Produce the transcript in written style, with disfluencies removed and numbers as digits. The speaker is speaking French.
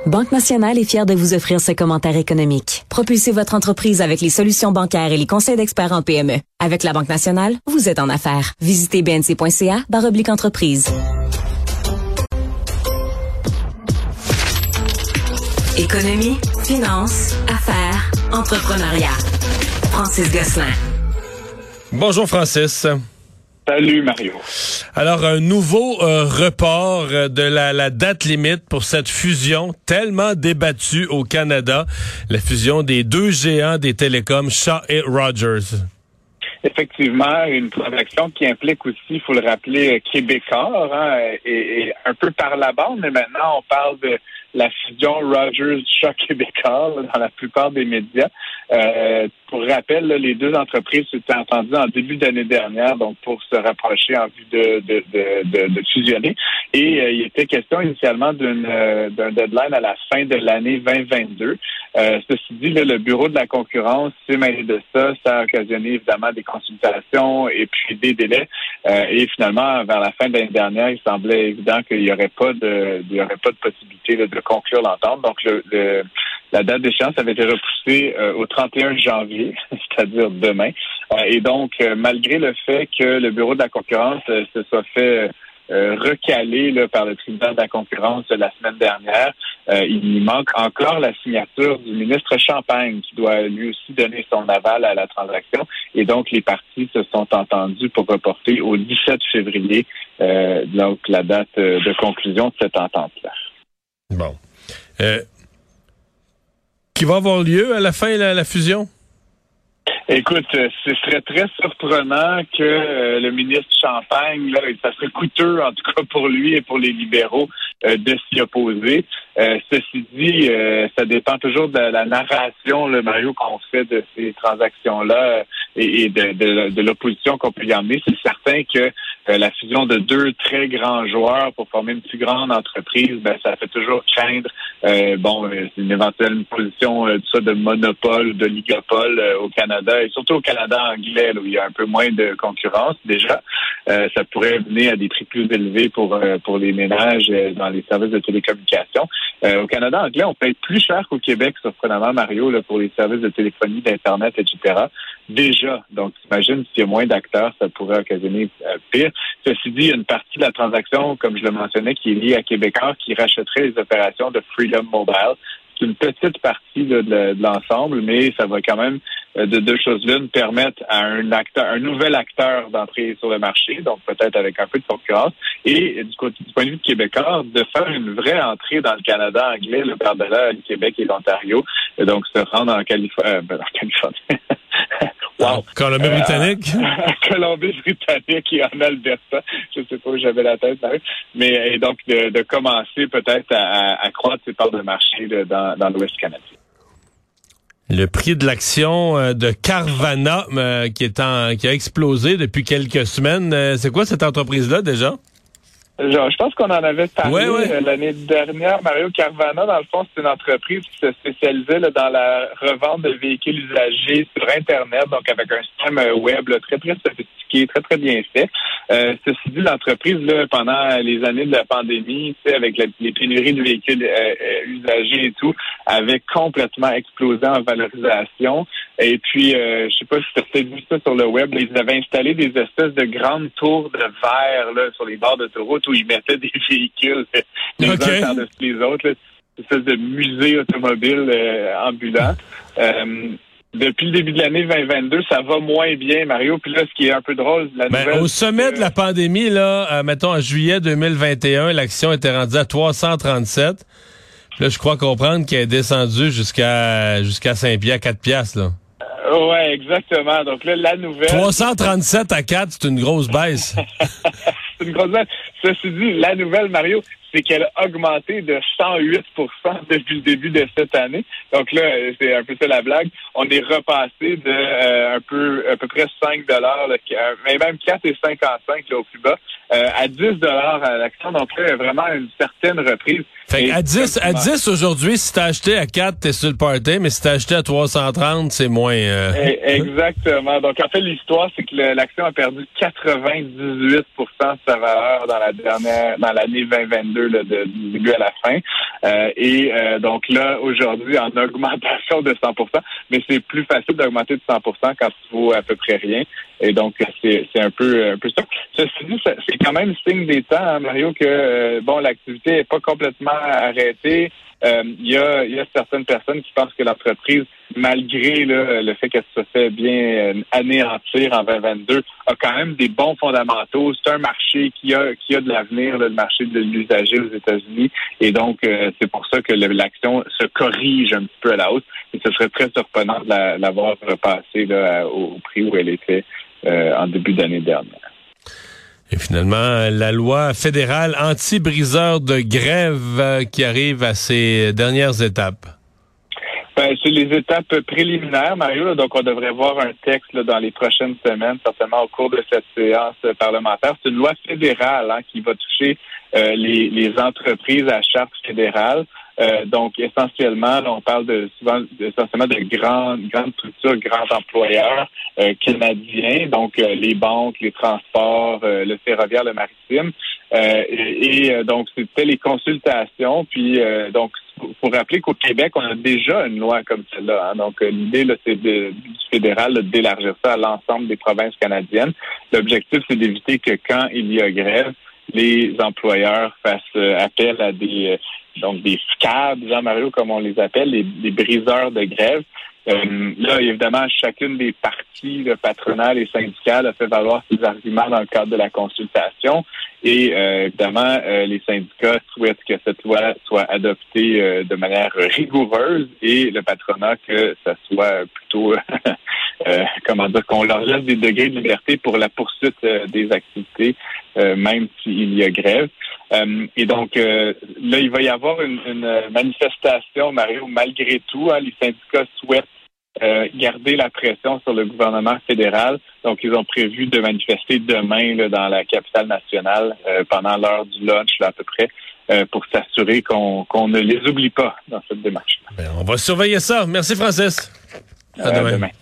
Banque Nationale est fière de vous offrir ce commentaire économique. Propulsez votre entreprise avec les solutions bancaires et les conseils d'experts en PME. Avec la Banque Nationale, vous êtes en affaires. Visitez bnc.ca/entreprise. Économie, finances, affaires, entrepreneuriat. Francis Gosselin. Bonjour Francis. Salut Mario. Alors, un nouveau report de la date limite pour cette fusion tellement débattue au Canada, la fusion des deux géants des télécoms, Shaw et Rogers. Effectivement, une transaction qui implique aussi, il faut le rappeler, Québécois, et un peu par la bande, mais maintenant on parle de la fusion Rogers-Shaw-Québécois dans la plupart des médias. Pour rappel, là, les deux entreprises s'étaient entendues en début d'année dernière, donc pour se rapprocher en vue de fusionner. Et il était question initialement d'un deadline à la fin de l'année 2022. Ceci dit, là, le Bureau de la concurrence s'est mêlé de ça. Ça a occasionné évidemment des consultations et puis des délais. Et finalement, vers la fin de l'année dernière, il semblait évident qu'il n'y aurait pas de possibilité là, de conclure l'entente. Donc, la date d'échéance avait été repoussée au 31 janvier, c'est-à-dire demain. Et donc, malgré le fait que le Bureau de la concurrence se soit fait recalé là, par le tribunal de la concurrence la semaine dernière, il manque encore la signature du ministre Champagne qui doit lui aussi donner son aval à la transaction. Et donc, les parties se sont entendues pour reporter au 17 février donc la date de conclusion de cette entente-là. Bon. Qui va avoir lieu à la fin, la fusion? Écoute, ce serait très surprenant que le ministre Champagne, là, ça serait coûteux, en tout cas pour lui et pour les libéraux, de s'y opposer. Ceci dit, ça dépend toujours de la narration, le Mario, qu'on fait de ces transactions-là et de l'opposition qu'on peut y emmener. C'est certain que la fusion de deux très grands joueurs pour former une plus grande entreprise, ça fait toujours craindre une éventuelle position de monopole, de ligopole au Canada et surtout au Canada anglais, là, où il y a un peu moins de concurrence déjà. Ça pourrait mener à des prix plus élevés pour les ménages dans les services de télécommunications. Au Canada anglais, on paye plus cher qu'au Québec, surprenamment, Mario, là, pour les services de téléphonie, d'Internet, etc. Déjà. Donc, t'imagines, s'il y a moins d'acteurs, ça pourrait occasionner pire. Ceci dit, il y a une partie de la transaction, comme je le mentionnais, qui est liée à Québécois, qui rachèterait les opérations de Freedom Mobile. C'est une petite partie là, de l'ensemble, mais ça va quand même, de deux choses l'une, permettre à un nouvel acteur d'entrer sur le marché, donc peut-être avec un peu de concurrence, et du point de vue de Québécois, de faire une vraie entrée dans le Canada anglais, le par-delà, le Québec et l'Ontario, et donc se rendre en Californie. Wow. Colombie-Britannique? Colombie-Britannique et en Alberta. Je sais pas où j'avais la tête, mais et donc de commencer peut-être à croître ses parts de marché là, dans l'Ouest canadien. Le prix de l'action de Carvana qui a explosé depuis quelques semaines. C'est quoi cette entreprise-là déjà? Je pense qu'on en avait parlé ouais. L'année dernière. Mario, Carvana, dans le fond, c'est une entreprise qui se spécialisait là, dans la revente de véhicules usagés sur Internet, donc avec un système web là, très, très sophistiqué, très, très bien fait. Ceci dit, l'entreprise, là, pendant les années de la pandémie, avec les pénuries de véhicules usagés et tout, avait complètement explosé en valorisation. Et puis, je sais pas si tu as peut-être vu ça sur le web, ils avaient installé des espèces de grandes tours de verre là, sur les bords d'autoroute où ils mettaient des véhicules les uns par-dessus les autres. Là, une espèce de musée automobile ambulant. Depuis le début de l'année 2022, ça va moins bien, Mario. Puis là, ce qui est un peu drôle, la nouvelle... Au sommet de la pandémie, là, mettons en juillet 2021, l'action était rendue à 337. Là, je crois comprendre qu'elle est descendue jusqu'à 5 piastres, 4 piastres, là. Ouais, exactement. Donc là, la nouvelle... 337 à 4, c'est une grosse baisse. C'est une grosse baisse. Ceci dit, la nouvelle, Mario, c'est qu'elle a augmenté de 108% depuis le début de cette année. Donc là, c'est un peu ça la blague. On est repassé de à peu près 5 $, mais même 4,55 là, au plus bas, à 10 $ à l'action. Donc là, vraiment une certaine reprise. Fait à 10 aujourd'hui, si t'as acheté à 4, t'es sur le party, mais si t'as acheté à 330, c'est moins... Exactement. Donc, en fait, l'histoire, c'est que l'action a perdu 98% de sa valeur dans l'année 2022 22 là, du début à la fin. Donc là, aujourd'hui, en augmentation de 100%, mais c'est plus facile d'augmenter de 100% quand il vaut à peu près rien. Et donc, c'est un peu ça. Ceci dit, c'est quand même signe des temps, hein, Mario, que l'activité n'est pas complètement arrêtée. Il y a certaines personnes qui pensent que l'entreprise, malgré le fait qu'elle se fait bien anéantir en 2022, a quand même des bons fondamentaux. C'est un marché qui a de l'avenir, le marché de l'usager aux États-Unis. Et donc, c'est pour ça que l'action se corrige un petit peu à la hausse. Et ce serait très surprenant de l'avoir repassée là, au prix où elle était en début d'année dernière. Et finalement, la loi fédérale anti-briseur de grève qui arrive à ses dernières étapes. C'est les étapes préliminaires, Mario. Là, donc, on devrait voir un texte là, dans les prochaines semaines, certainement au cours de cette séance parlementaire. C'est une loi fédérale qui va toucher les entreprises à charte fédérale. Donc, essentiellement, là, on parle essentiellement de grandes structures, grands employeurs canadiens, donc les banques, les transports, le ferroviaire, le maritime. Donc, c'était les consultations. Puis, donc, faut rappeler qu'au Québec, on a déjà une loi comme celle-là. Hein. Donc, l'idée, là, c'est du fédéral d'élargir ça à l'ensemble des provinces canadiennes. L'objectif, c'est d'éviter que quand il y a grève, les employeurs fassent appel à des FCAB, Jean-Mario, comme on les appelle, les briseurs de grève. Là, évidemment, chacune des parties patronales et syndicales a fait valoir ses arguments dans le cadre de la consultation. Et évidemment, les syndicats souhaitent que cette loi soit adoptée de manière rigoureuse et le patronat que ça soit plutôt, qu'on leur laisse des degrés de liberté pour la poursuite des activités, même s'il y a grève. Et donc, là, il va y avoir une manifestation, Mario, malgré tout. Les syndicats souhaitent garder la pression sur le gouvernement fédéral. Donc, ils ont prévu de manifester demain là, dans la capitale nationale pendant l'heure du lunch, là, à peu près, pour s'assurer qu'on ne les oublie pas dans cette démarche. On va surveiller ça. Merci, Francis. À demain.